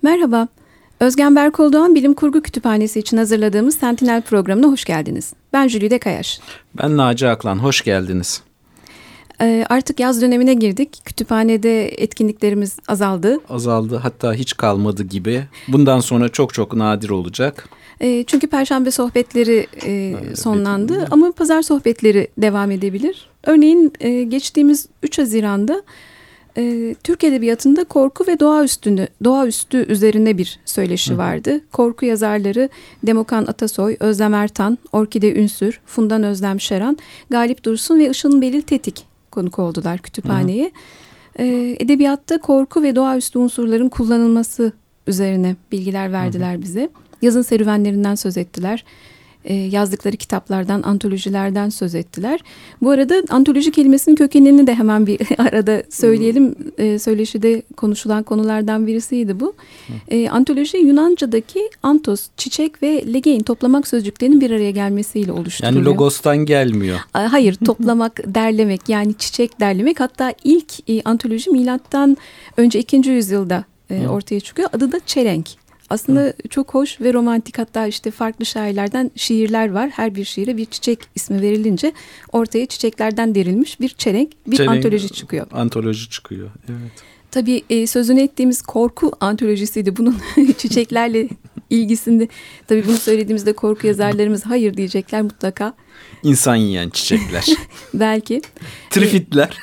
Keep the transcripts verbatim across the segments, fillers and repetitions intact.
Merhaba, Özgen Berkoldoğan Bilim Kurgu Kütüphanesi için hazırladığımız Sentinel programına hoş geldiniz. Ben Jülide Kayaş. Ben Naci Aklan, hoş geldiniz. Ee, artık yaz dönemine girdik. Kütüphanede etkinliklerimiz azaldı. Azaldı, hatta hiç kalmadı gibi. Bundan sonra çok çok nadir olacak. E, çünkü Perşembe sohbetleri e, Evet, sonlandı evet. ama Pazar sohbetleri devam edebilir. Örneğin e, geçtiğimiz üç Haziran'da e, Türk Edebiyatı'nda korku ve doğaüstünü, doğaüstü üzerine bir söyleşi Hı hı. vardı. Korku yazarları Demokan Atasoy, Özlem Ertan, Orkide Ünsür, Fundan Özlem Şeran, Galip Dursun ve Işıl Belil Tetik konuk oldular kütüphaneye. Hı hı. E, edebiyatta korku ve doğaüstü unsurların kullanılması üzerine bilgiler verdiler hı hı. bize. Yazın serüvenlerinden söz ettiler. E, yazdıkları kitaplardan, antolojilerden söz ettiler. Bu arada antoloji kelimesinin kökenini de hemen bir arada söyleyelim. E, söyleşide konuşulan konulardan birisiydi bu. E, antoloji Yunanca'daki antos, çiçek ve legein toplamak sözcüklerinin bir araya gelmesiyle oluşturuluyor. Yani logostan gelmiyor. Hayır, toplamak, derlemek, yani çiçek derlemek. Hatta ilk e, antoloji milattan önce ikinci yüzyılda e, ortaya çıkıyor. Adı da çelenk. Aslında Hı. çok hoş ve romantik, hatta işte farklı şairlerden şiirler var. Her bir şiire bir çiçek ismi verilince ortaya çiçeklerden derilmiş bir çelenk, bir çelenk, antoloji çıkıyor. Antoloji çıkıyor, evet. Tabii e, sözünü ettiğimiz korku antolojisiydi bunun çiçeklerle ilgisinde. Tabii bunu söylediğimizde korku yazarlarımız hayır diyecekler mutlaka. İnsan yiyen çiçekler. Belki. Trifitler.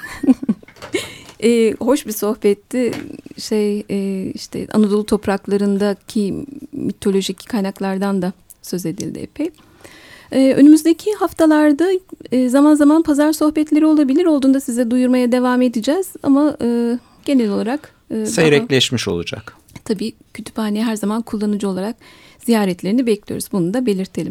Ee, hoş bir sohbetti. Şey e, işte Anadolu topraklarındaki mitolojik kaynaklardan da söz edildi epey. Ee, önümüzdeki haftalarda e, zaman zaman pazar sohbetleri olabilir. Olduğunda size duyurmaya devam edeceğiz. Ama e, genel olarak e, seyrekleşmiş daha, olacak. Tabii kütüphaneye her zaman kullanıcı olarak ziyaretlerini bekliyoruz. Bunu da belirtelim.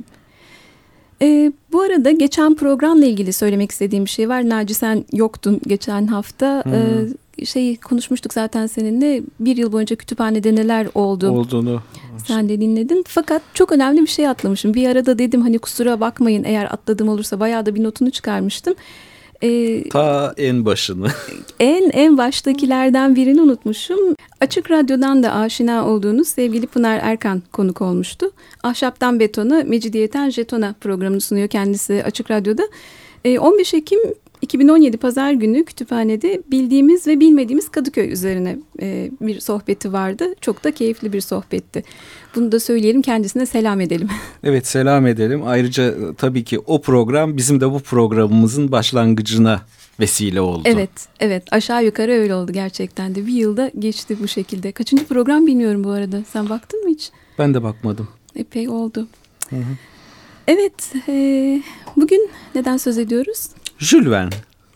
E, bu arada geçen programla ilgili söylemek istediğim bir şey var. Naci, sen yoktun geçen hafta. Hmm. E, şey konuşmuştuk zaten seninle. Bir yıl boyunca kütüphanede neler oldu olduğunu sen de dinledin. Fakat çok önemli bir şey atlamışım. Bir arada dedim hani kusura bakmayın eğer atladığım olursa, bayağı da bir notunu çıkarmıştım. E, Ta en başını. En en baştakilerden birini unutmuşum. Açık Radyo'dan da aşina olduğunuz sevgili Pınar Erkan konuk olmuştu. Ahşaptan Betona, Mecidiyeten Jetona programını sunuyor kendisi Açık Radyo'da. E, on beş Ekim iki bin on yedi Pazar günü kütüphanede bildiğimiz ve bilmediğimiz Kadıköy üzerine e, bir sohbeti vardı. Çok da keyifli bir sohbetti. Bunu da söyleyelim, kendisine selam edelim. Evet, selam edelim. Ayrıca tabii ki o program bizim de bu programımızın başlangıcına vesile oldu. Evet, evet. Aşağı yukarı öyle oldu gerçekten de. Bir yılda geçti bu şekilde. Kaçıncı program bilmiyorum bu arada. Sen baktın mı hiç? Ben de bakmadım. Epey oldu. Hı hı. Evet, e, bugün neden söz ediyoruz? Jules Verne.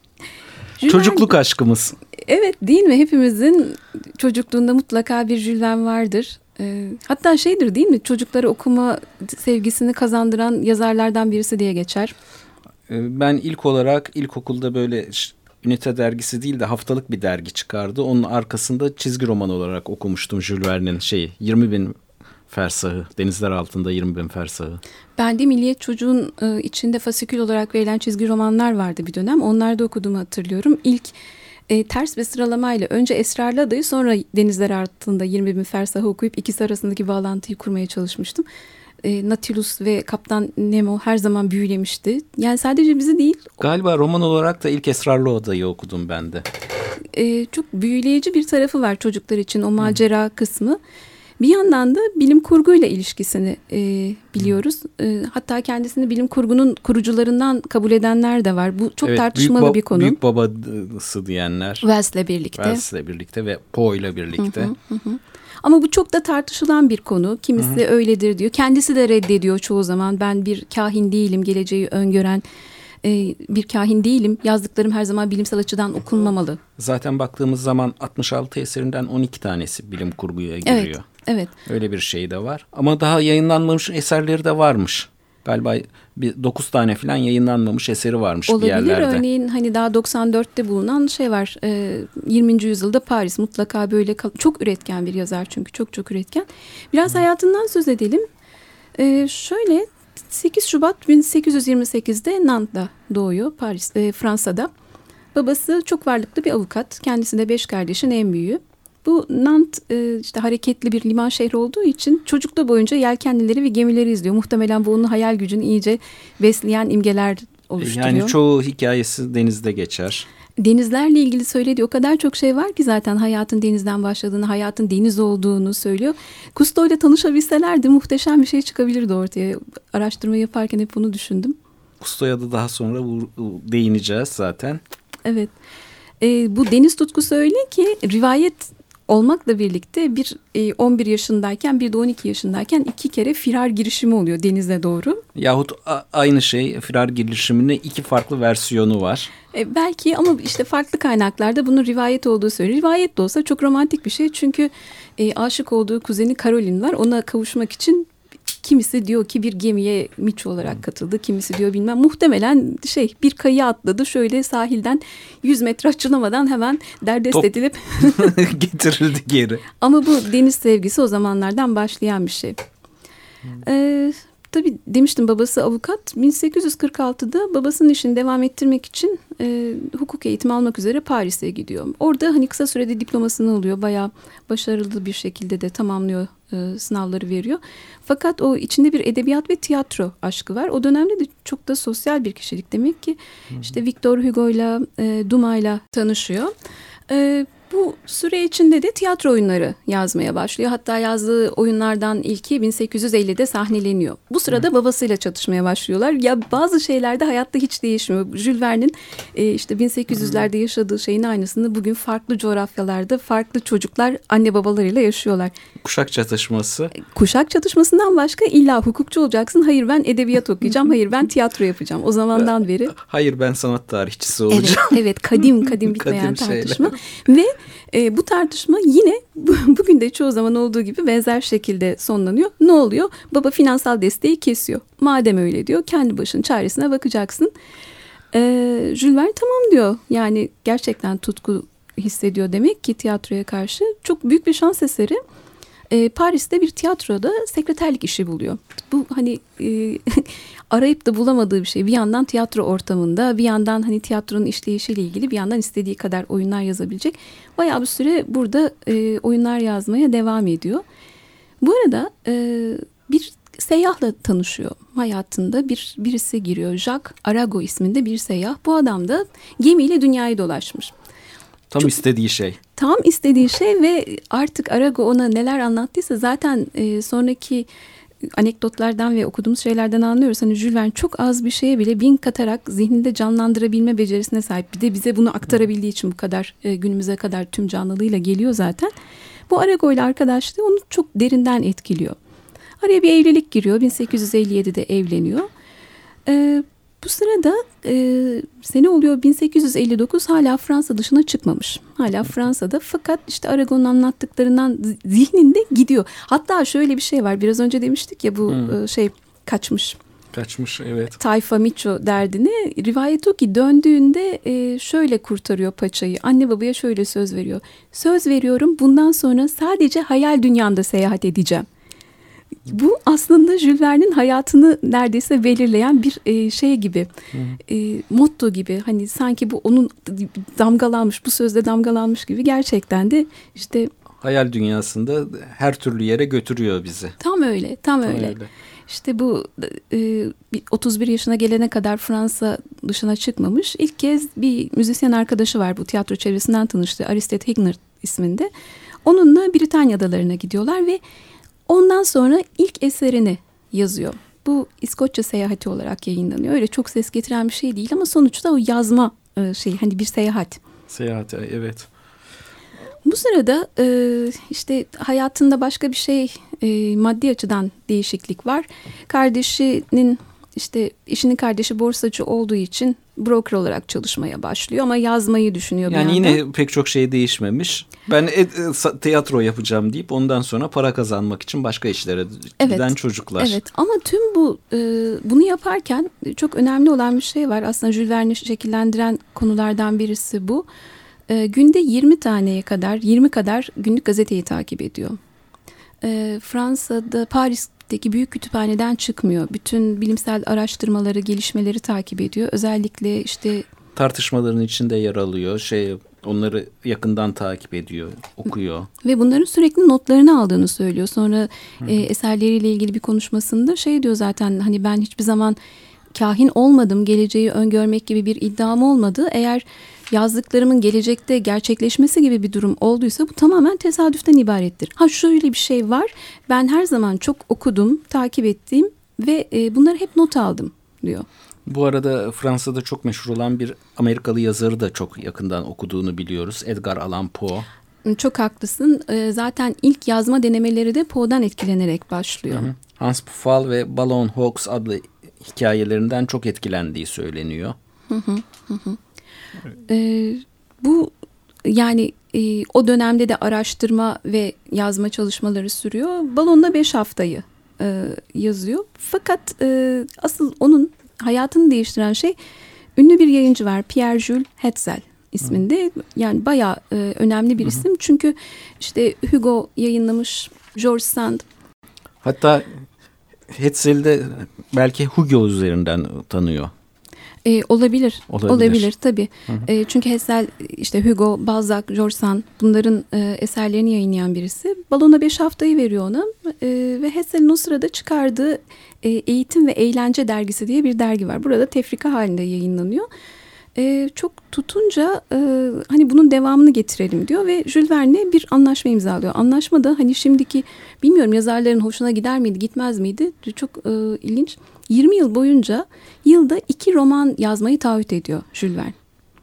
Jules Çocukluk Verne. aşkımız. Evet, değil mi? Hepimizin çocukluğunda mutlaka bir Jules Verne vardır. E, hatta şeydir değil mi? Çocuklara okuma sevgisini kazandıran yazarlardan birisi diye geçer. Ben ilk olarak ilkokulda böyle ünite dergisi değil de haftalık bir dergi çıkardı. Onun arkasında çizgi roman olarak okumuştum Jules Verne'in şeyi yirmi bin fersahı, denizler altında yirmi bin fersahı. Ben de Milliyet Çocuğun içinde fasikül olarak verilen çizgi romanlar vardı bir dönem. Onlarda okuduğumu hatırlıyorum. İlk e, ters bir sıralamayla önce Esrarlı Adayı, sonra Denizler Altında yirmi bin fersahı okuyup ikisi arasındaki bağlantıyı kurmaya çalışmıştım. E, Nautilus ve Kaptan Nemo her zaman büyülemişti. Yani sadece bizi değil. Galiba roman olarak da ilk Esrarlı Adayı okudum ben de. E, çok büyüleyici bir tarafı var çocuklar için o macera hmm. kısmı. Bir yandan da bilim kurguyla ilişkisini e, biliyoruz. E, hatta kendisini bilim kurgunun kurucularından kabul edenler de var. Bu çok evet, tartışmalı büyük ba- bir konu. Büyük babası diyenler. Wells'le birlikte. Wells'le birlikte ve Poe'yle birlikte. Hı hı, hı. Ama bu çok da tartışılan bir konu. Kimisi hı hı. öyledir diyor. Kendisi de reddediyor çoğu zaman. Ben bir kahin değilim, geleceği öngören e, bir kahin değilim. Yazdıklarım her zaman bilimsel açıdan okunmamalı. Zaten baktığımız zaman altmış altı eserinden on iki tanesi bilim kurguya giriyor. Evet, evet. Öyle bir şey de var. Ama daha yayınlanmamış eserleri de varmış. Galiba bir dokuz tane falan yayınlanmamış eseri varmış olabilir, bir yerlerde. Olabilir. Örneğin hani daha doksan dörtte bulunan şey var. E, yirminci yüzyılda Paris, mutlaka böyle kal- çok üretken bir yazar çünkü çok çok üretken. Biraz hmm. hayatından söz edelim. E, şöyle sekiz Şubat bin sekiz yüz yirmi sekizde Nantes'da doğuyor, Paris, e, Fransa'da. Babası çok varlıklı bir avukat. Kendisi de beş kardeşin en büyüğü. Bu Nantes e, işte hareketli bir liman şehri olduğu için çocukluğu boyunca yelkenlileri ve gemileri izliyor. Muhtemelen bu onun hayal gücünü iyice besleyen imgeler oluşturuyor. Yani çoğu hikayesi denizde geçer. Denizlerle ilgili söylediği o kadar çok şey var ki zaten hayatın denizden başladığını, hayatın deniz olduğunu söylüyor. Cousteau ile tanışabilselerdi muhteşem bir şey çıkabilirdi ortaya. Araştırma yaparken hep bunu düşündüm. Cousteau'ya da daha sonra değineceğiz zaten. Evet. E, bu deniz tutkusu öyle ki rivayet olmakla birlikte bir e, on bir yaşındayken bir de on iki yaşındayken iki kere firar girişimi oluyor denize doğru. Yahut a- aynı şey firar girişiminin iki farklı versiyonu var. E, belki ama işte farklı kaynaklarda bunun rivayet olduğu söyleniyor. Rivayet de olsa çok romantik bir şey çünkü e, aşık olduğu kuzeni Caroline var. Ona kavuşmak için kimisi diyor ki bir gemiye miç olarak katıldı. Kimisi diyor bilmem muhtemelen şey bir kayığa atladı. Şöyle sahilden yüz metre açılamadan hemen derdest Top. edilip getirildi geri. Ama bu deniz sevgisi o zamanlardan başlayan bir şey. Hmm. Ee, tabii demiştim babası avukat. bin sekiz yüz kırk altıda babasının işini devam ettirmek için e, hukuk eğitimi almak üzere Paris'e gidiyor. Orada hani kısa sürede diplomasını alıyor. Bayağı başarılı bir şekilde de tamamlıyor. E, sınavları veriyor. Fakat o içinde bir edebiyat ve tiyatro aşkı var. O dönemde de çok da sosyal bir kişilik demek ki. Hı hı. İşte Victor Hugo'yla, e, Dumas'yla tanışıyor. E, bu süre içinde de tiyatro oyunları yazmaya başlıyor. Hatta yazdığı oyunlardan ilki bin sekiz yüz ellide sahneleniyor. Bu sırada Hı. babasıyla çatışmaya başlıyorlar. Ya bazı şeylerde hayatta hiç değişmiyor. Jules Verne'in e, işte bin sekiz yüzlerde yaşadığı şeyin aynısını bugün farklı coğrafyalarda farklı çocuklar anne babalarıyla yaşıyorlar. Kuşak çatışması. Kuşak çatışmasından başka illa hukukçu olacaksın. Hayır ben edebiyat okuyacağım. Hayır ben tiyatro yapacağım. O zamandan beri. Hayır ben sanat tarihçisi olacağım. Evet, evet kadim kadim bitmeyen kadim tartışma. Ve e, bu tartışma yine bugün de çoğu zaman olduğu gibi benzer şekilde sonlanıyor. Ne oluyor? Baba finansal desteği kesiyor. Madem öyle diyor kendi başının çaresine bakacaksın. E, Jules Verne tamam diyor. Yani gerçekten tutku hissediyor demek ki tiyatroya karşı. Çok büyük bir şans eseri. E, Paris'te bir tiyatroda sekreterlik işi buluyor. Bu hani e, arayıp da bulamadığı bir şey. Bir yandan tiyatro ortamında, bir yandan hani tiyatronun işleyişiyle ilgili, bir yandan istediği kadar oyunlar yazabilecek. Bayağı bir süre burada e, oyunlar yazmaya devam ediyor. Bu arada e, bir seyyahla tanışıyor hayatında. Bir birisi giriyor. Jacques Arago isminde bir seyyah. Bu adam da gemiyle dünyayı dolaşmış. Tam Çok, istediği şey. Tam istediği şey ve artık Arago ona neler anlattıysa zaten e, sonraki anekdotlardan ve okuduğumuz şeylerden anlıyoruz. Hani Jules Verne çok az bir şeye bile bin katarak zihninde canlandırabilme becerisine sahip. Bir de bize bunu aktarabildiği için bu kadar e, günümüze kadar tüm canlılığıyla geliyor zaten. Bu Arago ile arkadaşlığı onu çok derinden etkiliyor. Araya bir evlilik giriyor. bin sekiz yüz elli yedide evleniyor. E, Bu sırada e, sene oluyor bin sekiz yüz elli dokuz hala Fransa dışına çıkmamış. Hala Fransa'da fakat işte Aragon'un anlattıklarından zihninde gidiyor. Hatta şöyle bir şey var biraz önce demiştik ya bu hmm. e, şey kaçmış. Kaçmış evet. Tayfa Miço derdini rivayet o ki döndüğünde e, şöyle kurtarıyor paçayı. Anne babaya şöyle söz veriyor. Söz veriyorum bundan sonra sadece hayal dünyanda seyahat edeceğim. Bu aslında Jules Verne'in hayatını neredeyse belirleyen bir e, şey gibi, e, motto gibi. Hani sanki bu onun damgalanmış, bu sözde damgalanmış gibi gerçekten de işte... Hayal dünyasında her türlü yere götürüyor bizi. Tam öyle, tam, tam öyle. öyle. İşte bu e, otuz bir yaşına gelene kadar Fransa dışına çıkmamış. İlk kez bir müzisyen arkadaşı var bu tiyatro çevresinden tanıştığı Aristide Hignard isminde. Onunla Britanya adalarına gidiyorlar ve ondan sonra ilk eserini yazıyor. Bu İskoçya seyahati olarak yayınlanıyor. Öyle çok ses getiren bir şey değil ama sonuçta o yazma şey hani bir seyahat. Seyahat evet. Bu sırada işte hayatında başka bir şey maddi açıdan değişiklik var. Kardeşinin işte eşinin kardeşi borsacı olduğu için broker olarak çalışmaya başlıyor ama yazmayı düşünüyor bir yani yandan. Yine pek çok şey değişmemiş. Ben e, e, tiyatro yapacağım deyip ondan sonra para kazanmak için başka işlere evet, giden çocuklar. Evet ama tüm bu e, bunu yaparken çok önemli olan bir şey var. Aslında Jules Verne'i şekillendiren konulardan birisi bu. E, günde yirmi taneye kadar yirmi kadar günlük gazeteyi takip ediyor. E, Fransa'da Paris'teki büyük kütüphaneden çıkmıyor. Bütün bilimsel araştırmaları, gelişmeleri takip ediyor. Özellikle işte tartışmaların içinde yer alıyor. Şey Onları yakından takip ediyor, okuyor. Ve bunların sürekli notlarını aldığını söylüyor. Sonra e, eserleriyle ilgili bir konuşmasında şey diyor zaten, hani ben hiçbir zaman kahin olmadım, geleceği öngörmek gibi bir iddiam olmadı. Eğer yazdıklarımın gelecekte gerçekleşmesi gibi bir durum olduysa bu tamamen tesadüften ibarettir. Ha şöyle bir şey var, ben her zaman çok okudum, takip ettiğim ve e, bunları hep not aldım diyor. Bu arada Fransa'da çok meşhur olan bir Amerikalı yazarı da çok yakından okuduğunu biliyoruz. Edgar Allan Poe. Çok haklısın. Zaten ilk yazma denemeleri de Poe'dan etkilenerek başlıyor. Hı hı. Hans Pfaall ve Balloon Hawks adlı hikayelerinden çok etkilendiği söyleniyor. Hı hı, hı hı. Ee, bu yani e, o dönemde de araştırma ve yazma çalışmaları sürüyor. Balon'da beş haftayı e, yazıyor. Fakat e, asıl onun hayatını değiştiren şey, ünlü bir yayıncı var, Pierre Jules Hetzel isminde. Hı. Yani bayağı e, önemli bir Hı. isim. Çünkü işte Hugo yayınlamış, George Sand. Hatta Hetzel'i de belki Hugo üzerinden tanıyor. E, olabilir, olabilir, olabilir tabii. Hı hı. E, çünkü Hetzel, işte Hugo, Balzac, George Sand, bunların e, eserlerini yayınlayan birisi. Balon'a beş haftayı veriyor ona e, ve Hetzel'in o sırada çıkardığı e, Eğitim ve Eğlence Dergisi diye bir dergi var. Burada tefrika halinde yayınlanıyor. E, çok tutunca e, hani bunun devamını getirelim diyor ve Jules Verne bir anlaşma imzalıyor. Anlaşma da hani şimdiki, bilmiyorum yazarların hoşuna gider miydi, gitmez miydi? Çok e, ilginç. yirmi yıl boyunca yılda iki roman yazmayı taahhüt ediyor Jules Verne.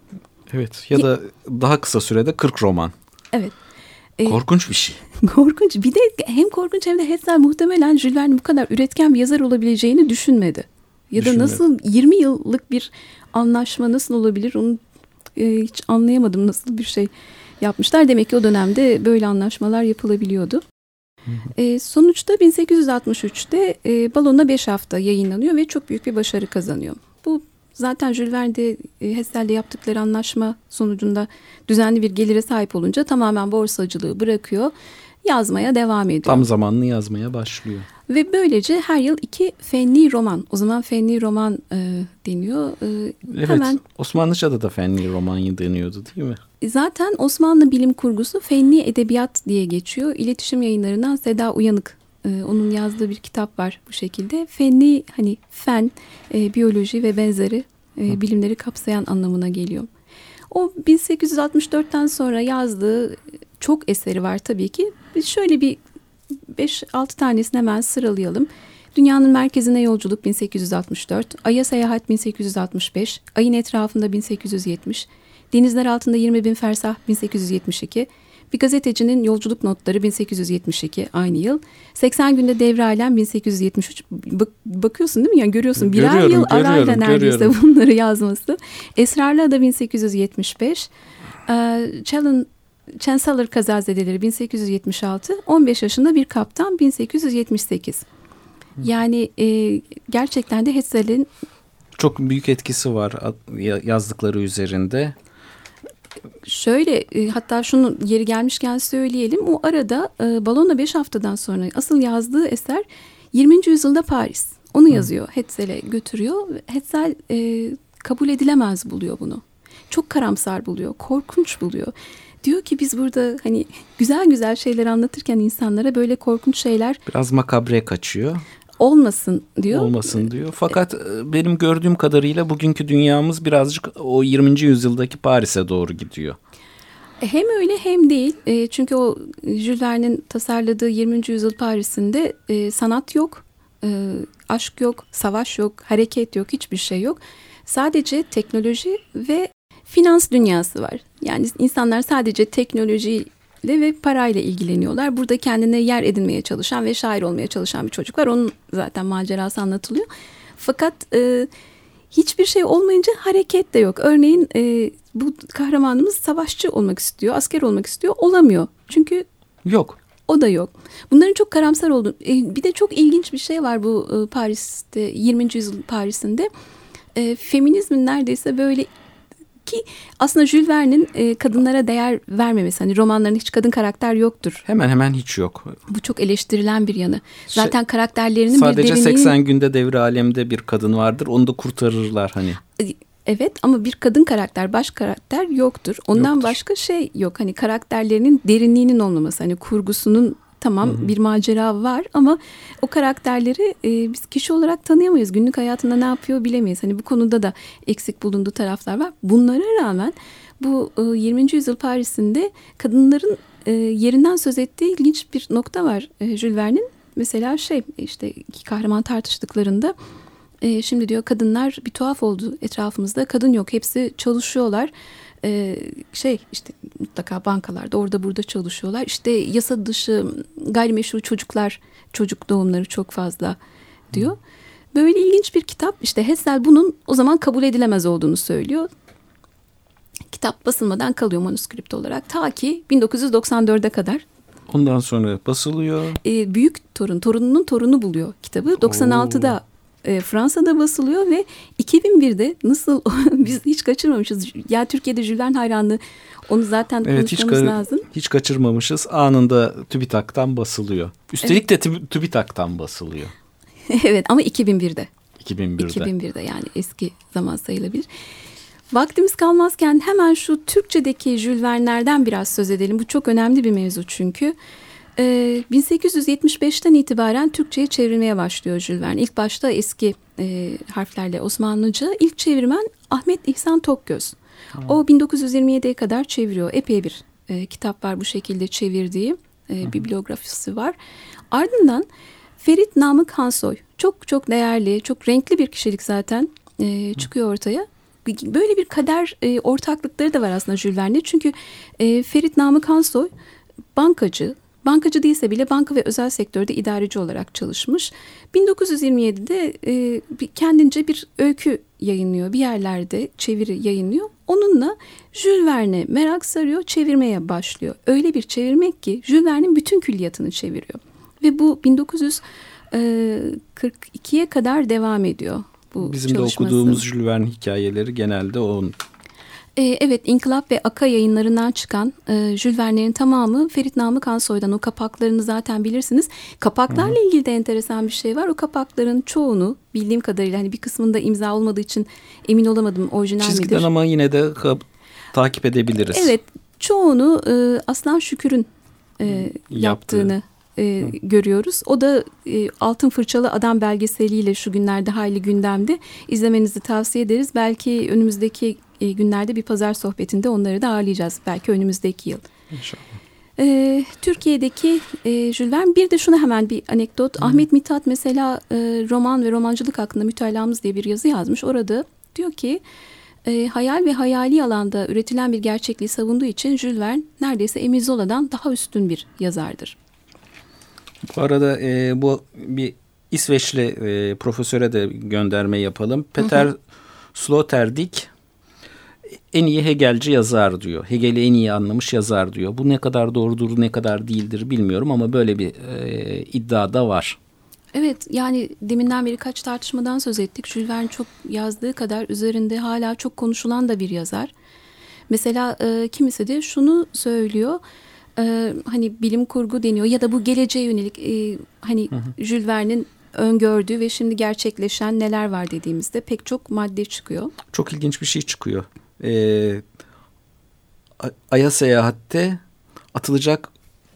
Evet, ya da daha kısa sürede kırk roman. Evet. Korkunç bir şey. Korkunç. Bir de hem korkunç hem de Hetzel muhtemelen Jules Verne bu kadar üretken bir yazar olabileceğini düşünmedi. Ya da nasıl yirmi yıllık bir anlaşma nasıl olabilir, onu e, hiç anlayamadım, nasıl bir şey yapmışlar. Demek ki o dönemde böyle anlaşmalar yapılabiliyordu. Hı hı. E, sonuçta bin sekiz yüz altmış üçte e, Balon'a beş hafta yayınlanıyor ve çok büyük bir başarı kazanıyor. Bu zaten Jules Verne'de e, Hetzel'le yaptıkları anlaşma sonucunda düzenli bir gelire sahip olunca tamamen borsacılığı bırakıyor, yazmaya devam ediyor. Tam zamanlı yazmaya başlıyor. Ve böylece her yıl iki fenli roman, o zaman fenli roman e, deniyor. E, evet, hemen, Osmanlıca'da da fenli roman deniyordu değil mi? Zaten Osmanlı bilim kurgusu fenli edebiyat diye geçiyor. İletişim Yayınları'ndan Seda Uyanık, e, onun yazdığı bir kitap var bu şekilde. Fenli, hani fen, e, biyoloji ve benzeri e, bilimleri kapsayan anlamına geliyor. O bin sekiz yüz altmış dörtten sonra yazdığı çok eseri var tabii ki. Biz şöyle bir beş altı tanesini hemen sıralayalım. Dünyanın Merkezine Yolculuk bin sekiz yüz altmış dört, Ay'a Seyahat bin sekiz yüz altmış beş, Ay'ın Etrafında bin sekiz yüz yetmiş, Denizler Altında yirmi bin Fersah bin sekiz yüz yetmiş iki, Bir Gazetecinin Yolculuk Notları bin sekiz yüz yetmiş iki aynı yıl, seksen Günde Devre Alem bin sekiz yüz yetmiş üç. Bak, bakıyorsun değil mi? Yani görüyorsun birer görüyorum, yıl görüyorum, arayla neredeyse görüyorum. Bunları yazması. Esrarlı Ada bin sekiz yüz yetmiş beş, uh, Challenge Chancellor Kazazedeleri bin sekiz yüz yetmiş altı, on beş yaşında bir kaptan bin sekiz yüz yetmiş sekiz. Yani e, gerçekten de Hetzel'in çok büyük etkisi var yazdıkları üzerinde. Şöyle e, hatta şunu yeri gelmişken söyleyelim. O arada e, Balon'a beş haftadan sonra asıl yazdığı eser yirminci yüzyılda Paris. Onu yazıyor, Hetzel'e götürüyor. Hetzel e, kabul edilemez buluyor bunu. Çok karamsar buluyor, korkunç buluyor. Diyor ki biz burada hani güzel güzel şeyler anlatırken insanlara böyle korkunç şeyler... Biraz makabre kaçıyor. Olmasın diyor. Olmasın diyor. Fakat benim gördüğüm kadarıyla bugünkü dünyamız birazcık o yirminci yüzyıldaki Paris'e doğru gidiyor. Hem öyle hem değil. Çünkü o Jules Verne'in tasarladığı yirminci yüzyıl Paris'inde sanat yok, aşk yok, savaş yok, hareket yok, hiçbir şey yok. Sadece teknoloji ve finans dünyası var. Yani insanlar sadece teknolojiyle ve parayla ilgileniyorlar. Burada kendine yer edinmeye çalışan ve şair olmaya çalışan bir çocuk var. Onun zaten macerası anlatılıyor. Fakat e, hiçbir şey olmayınca hareket de yok. Örneğin e, bu kahramanımız savaşçı olmak istiyor, asker olmak istiyor, olamıyor. Çünkü yok. O da yok. Bunların çok karamsar olduğu. E, bir de çok ilginç bir şey var bu e, Paris'te, yirminci yüzyıl Paris'inde. E, feminizmin neredeyse böyle, ki aslında Jules Verne'in e, kadınlara değer vermemesi, hani romanlarında hiç kadın karakter yoktur. Hemen hemen hiç yok. Bu çok eleştirilen bir yanı. Zaten karakterlerinin sadece bir derinliğinin... seksen Günde Devre Alem'de bir kadın vardır, onu da kurtarırlar hani. Evet, ama bir kadın karakter, baş karakter yoktur. Ondan yoktur. Başka şey yok. Hani karakterlerinin derinliğinin olmaması, hani kurgusunun tamam, hı hı, bir macera var ama o karakterleri e, biz kişi olarak tanıyamayız. Günlük hayatında ne yapıyor bilemeyiz. Hani bu konuda da eksik bulunduğu taraflar var. Bunlara rağmen bu e, yirminci yüzyıl Paris'inde kadınların e, yerinden söz ettiği ilginç bir nokta var e, Jules Verne'in. Mesela şey, işte iki kahraman tartıştıklarında e, şimdi diyor kadınlar bir tuhaf oldu, etrafımızda kadın yok, hepsi çalışıyorlar. Ee, şey işte mutlaka bankalarda orada burada çalışıyorlar. İşte yasa dışı gayrimeşru çocuklar, çocuk doğumları çok fazla diyor. Böyle ilginç bir kitap. İşte Hessel bunun o zaman kabul edilemez olduğunu söylüyor. Kitap basılmadan kalıyor manuskript olarak ta ki bin dokuz yüz doksan dörde kadar. Ondan sonra basılıyor. Ee, büyük torun, torununun torunu buluyor kitabı. doksan altıda Oo. E, Fransa'da basılıyor ve iki bin birde nasıl biz hiç kaçırmamışız. Ya Türkiye'de Jules Verne hayranlığı, onu zaten evet, konuşmamız hiç lazım. Hiç kaçırmamışız. Anında TÜBİTAK'tan basılıyor. Üstelik evet. de TÜBİTAK'tan basılıyor. Evet, ama iki bin birde. iki bin birde. iki bin birde yani eski zaman sayılabilir. Vaktimiz kalmazken hemen şu Türkçedeki Jules Verne'lerden biraz söz edelim. Bu çok önemli bir mevzu çünkü. Ee, bin sekiz yüz yetmiş beşten itibaren Türkçe'ye çevrilmeye başlıyor Jules Verne. İlk başta eski e, harflerle Osmanlıca. İlk çevirmen Ahmet İhsan Tokgöz. Hmm. O bin dokuz yüz yirmi yediye kadar çeviriyor. Epey bir e, kitap var bu şekilde çevirdiği. E, hmm. Bibliografisi var. Ardından Ferit Namık Hansoy. Çok çok değerli, çok renkli bir kişilik zaten e, çıkıyor ortaya. Böyle bir kader e, ortaklıkları da var aslında Jules Verne'de. Çünkü e, Ferit Namık Hansoy bankacı. Bankacı değilse bile banka ve özel sektörde idareci olarak çalışmış. bin dokuz yüz yirmi yedide e, kendince bir öykü yayınlıyor. Bir yerlerde çeviri yayınlıyor. Onunla Jules Verne'e merak sarıyor, çevirmeye başlıyor. Öyle bir çevirmek ki Jules Verne'in bütün külliyatını çeviriyor. Ve bu bin dokuz yüz kırk ikiye kadar devam ediyor bu Bizim çalışması. De okuduğumuz Jules Verne hikayeleri genelde onun. Evet, İnkılap ve Aka yayınlarından çıkan e, Jules Verne'nin tamamı Ferit Namık Hansoy'dan. O kapaklarını zaten bilirsiniz. Kapaklarla Hı-hı. ilgili de enteresan bir şey var. O kapakların çoğunu bildiğim kadarıyla, hani bir kısmında imza olmadığı için emin olamadım orijinal Çizgiden midir. Çizgiden ama yine de ka- takip edebiliriz. Evet, çoğunu e, Aslan Şükür'ün e, yaptığını e, görüyoruz. O da e, Altın Fırçalı Adam belgeseliyle şu günlerde hayli gündemde. İzlemenizi tavsiye ederiz. Belki önümüzdeki e, günlerde bir pazar sohbetinde onları da ağırlayacağız. Belki önümüzdeki yıl. İnşallah. E, Türkiye'deki e, Jules Verne, bir de şuna hemen bir anekdot. Hı. Ahmet Mithat mesela e, roman ve romancılık hakkında Mütalamız diye bir yazı yazmış. Orada diyor ki e, hayal ve hayali alanda üretilen bir gerçekliği savunduğu için Jules Verne neredeyse Emile Zola'dan daha üstün bir yazardır. Bu arada e, bu bir İsveçli e, profesöre de gönderme yapalım. Peter hı hı. Sloterdijk en iyi Hegelci yazar diyor. Hegel'i en iyi anlamış yazar diyor. Bu ne kadar doğrudur, ne kadar değildir bilmiyorum ama böyle bir e, iddia da var. Evet, yani deminden beri kaç tartışmadan söz ettik. Jules Verne çok yazdığı kadar üzerinde hala çok konuşulan da bir yazar. Mesela e, kimisi de şunu söylüyor. Ee, hani bilim kurgu deniyor ya da bu geleceğe yönelik e, hani hı hı. Jules Verne'in öngördüğü ve şimdi gerçekleşen neler var dediğimizde pek çok madde çıkıyor. Çok ilginç bir şey çıkıyor. Ee, Ay'a seyahatte atılacak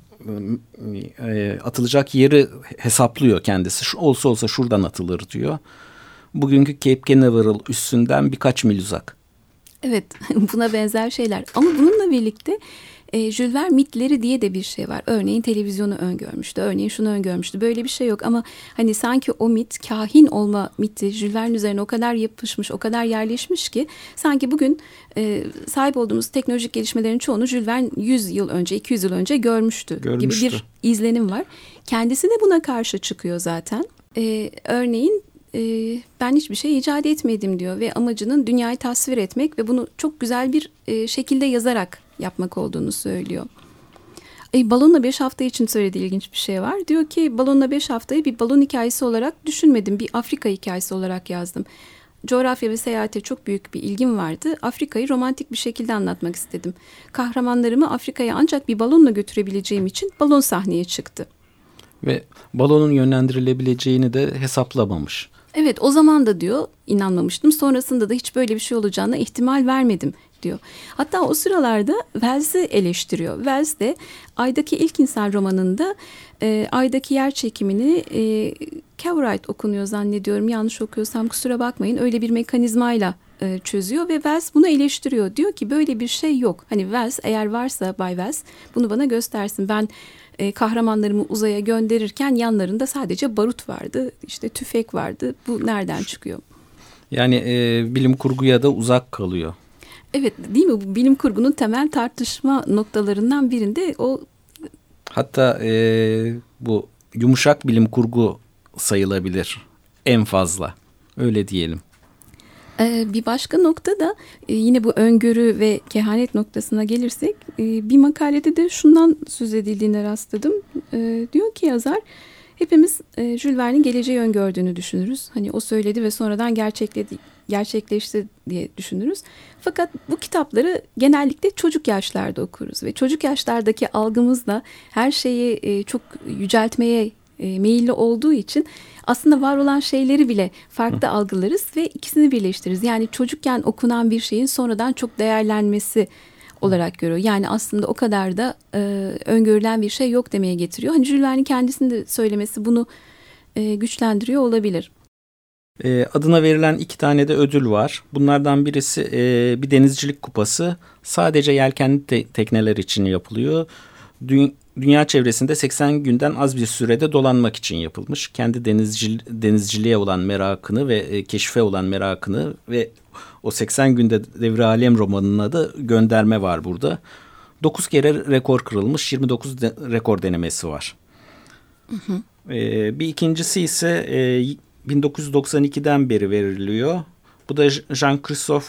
e, atılacak yeri hesaplıyor kendisi. Şu olsa olsa şuradan atılır diyor. Bugünkü Cape Canaveral üssünden birkaç mil uzak. Evet, buna benzer şeyler. Ama bununla birlikte E, Jules Verne mitleri diye de bir şey var. Örneğin televizyonu öngörmüştü. Örneğin şunu öngörmüştü. Böyle bir şey yok ama hani sanki o mit, kahin olma miti Jules Verne üzerine o kadar yapışmış, o kadar yerleşmiş ki sanki bugün e, sahip olduğumuz teknolojik gelişmelerin çoğunu Jules Verne yüz yıl önce, iki yüz yıl önce görmüştü, görmüştü. gibi bir izlenim var. Kendisi de buna karşı çıkıyor zaten. E, örneğin e, ben hiçbir şey icat etmedim diyor ve amacının dünyayı tasvir etmek ve bunu çok güzel bir e, şekilde yazarak yapmak olduğunu söylüyor. E, balonla beş hafta için söylediği ilginç bir şey var. Diyor ki balonla beş haftayı bir balon hikayesi olarak düşünmedim. Bir Afrika hikayesi olarak yazdım. Coğrafya ve seyahate çok büyük bir ilgim vardı. Afrika'yı romantik bir şekilde anlatmak istedim. Kahramanlarımı Afrika'ya ancak bir balonla götürebileceğim için balon sahneye çıktı. Ve balonun yönlendirilebileceğini de hesaplamamış. Evet, o zaman da diyor inanmamıştım. Sonrasında da hiç böyle bir şey olacağına ihtimal vermedim diyor. Hatta o sıralarda Wells'i eleştiriyor. Wells de Ay'daki İlk İnsan romanında e, Ay'daki yer çekimini e, Cavorite okunuyor zannediyorum. Yanlış okuyorsam kusura bakmayın. Öyle bir mekanizmayla e, çözüyor ve Wells bunu eleştiriyor. Diyor ki böyle bir şey yok. Hani Wells eğer varsa Bay Wells bunu bana göstersin. Ben e, kahramanlarımı uzaya gönderirken yanlarında sadece barut vardı. İşte tüfek vardı. Bu nereden çıkıyor? Yani e, bilim kurguya da uzak kalıyor. Evet, değil mi? Bu bilim kurgunun temel tartışma noktalarından birinde o. Hatta e, bu yumuşak bilim kurgu sayılabilir en fazla. Öyle diyelim. Ee, bir başka nokta da e, yine bu öngörü ve kehanet noktasına gelirsek e, bir makalede de şundan söz edildiğine rastladım. E, diyor ki yazar, hepimiz e, Jules Verne'in geleceği öngördüğünü düşünürüz. Hani o söyledi ve sonradan gerçekledi, gerçekleşti diye düşünürüz. Fakat bu kitapları genellikle çocuk yaşlarda okuruz ve çocuk yaşlardaki algımızla her şeyi e, çok yüceltmeye e, meyilli olduğu için aslında var olan şeyleri bile farklı Hı. algılarız ve ikisini birleştiririz. Yani çocukken okunan bir şeyin sonradan çok değerlenmesi olarak görüyor. Yani aslında o kadar da e, öngörülen bir şey yok demeye getiriyor. Hani Jules Verne'in kendisinin de söylemesi bunu e, güçlendiriyor olabilir. E, adına verilen iki tane de ödül var. Bunlardan birisi e, bir denizcilik kupası. Sadece yelkenli te- tekneler için yapılıyor. Dü- dünya çevresinde seksen günden az bir sürede dolanmak için yapılmış. Kendi denizcil- denizciliğe olan merakını ve e, keşfe olan merakını ve o seksen günde Devri Alem romanının adı gönderme var burada. dokuz kere rekor kırılmış, yirmi dokuz de- rekor denemesi var. Hı hı. E, bir ikincisi ise e, bin dokuz yüz doksan ikiden beri veriliyor. Bu da Jean-Christophe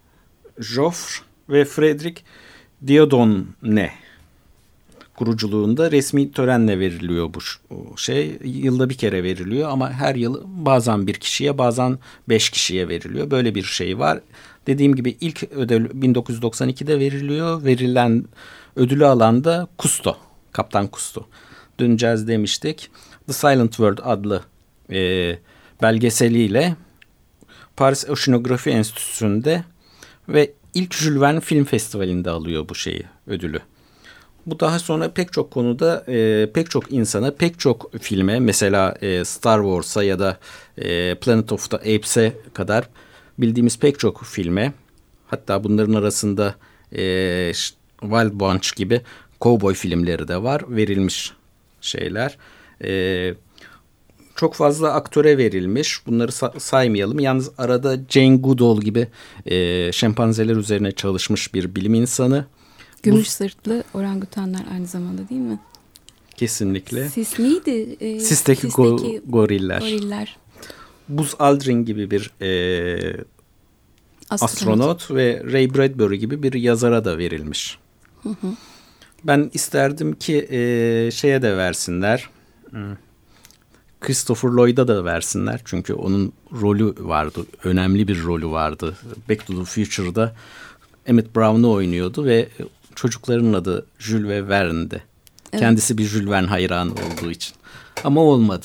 Joffre ve Frederic Dieudonné kuruculuğunda resmi törenle veriliyor bu şey. Yılda bir kere veriliyor ama her yıl bazen bir kişiye bazen beş kişiye veriliyor. Böyle bir şey var. Dediğim gibi ilk ödül bin dokuz yüz doksan ikide veriliyor. Verilen ödülü alan da Cousteau, Kaptan Cousteau. Döneceğiz demiştik. The Silent World adlı e, belgeseliyle Paris Oceanografi Enstitüsü'nde ve ilk Jules Verne Film Festivali'nde alıyor bu şeyi, ödülü. Bu daha sonra pek çok konuda e, pek çok insana, pek çok filme, mesela e, Star Wars'a ya da e, Planet of the Apes'e kadar bildiğimiz pek çok filme, hatta bunların arasında e, Wild Bunch gibi cowboy filmleri de var, verilmiş şeyler. E, çok fazla aktöre verilmiş. Bunları sa- saymayalım. Yalnız arada Jane Goodall gibi e, şempanzeler üzerine çalışmış bir bilim insanı. Gümüş Bu, sırtlı orangutanlar aynı zamanda, değil mi? Kesinlikle. Sis neydi? Ee, Sisteki, Sisteki go- goriller. goriller. Buzz Aldrin gibi bir e, astronot. astronot ve Ray Bradbury gibi bir yazara da verilmiş. Hı hı. Ben isterdim ki e, şeye de versinler. Hmm. Christopher Lloyd'a da versinler. Çünkü onun rolü vardı. Önemli bir rolü vardı. Back to the Future'da Emmett Brown'u oynuyordu ve çocukların adı Jules ve Verne'di. Evet. Kendisi bir Jules Verne hayranı olduğu için. Ama olmadı.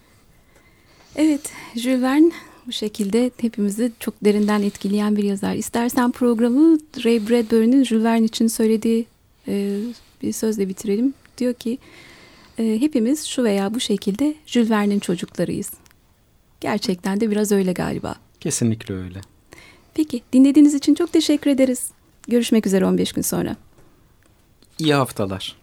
Evet, Jules Verne bu şekilde hepimizi çok derinden etkileyen bir yazar. İstersen programı Ray Bradbury'nin Jules Verne için söylediği e, bir sözle bitirelim. Diyor ki, e, hepimiz şu veya bu şekilde Jules Verne'in çocuklarıyız. Gerçekten de biraz öyle galiba. Kesinlikle öyle. Peki, dinlediğiniz için çok teşekkür ederiz. Görüşmek üzere on beş gün sonra. İyi haftalar.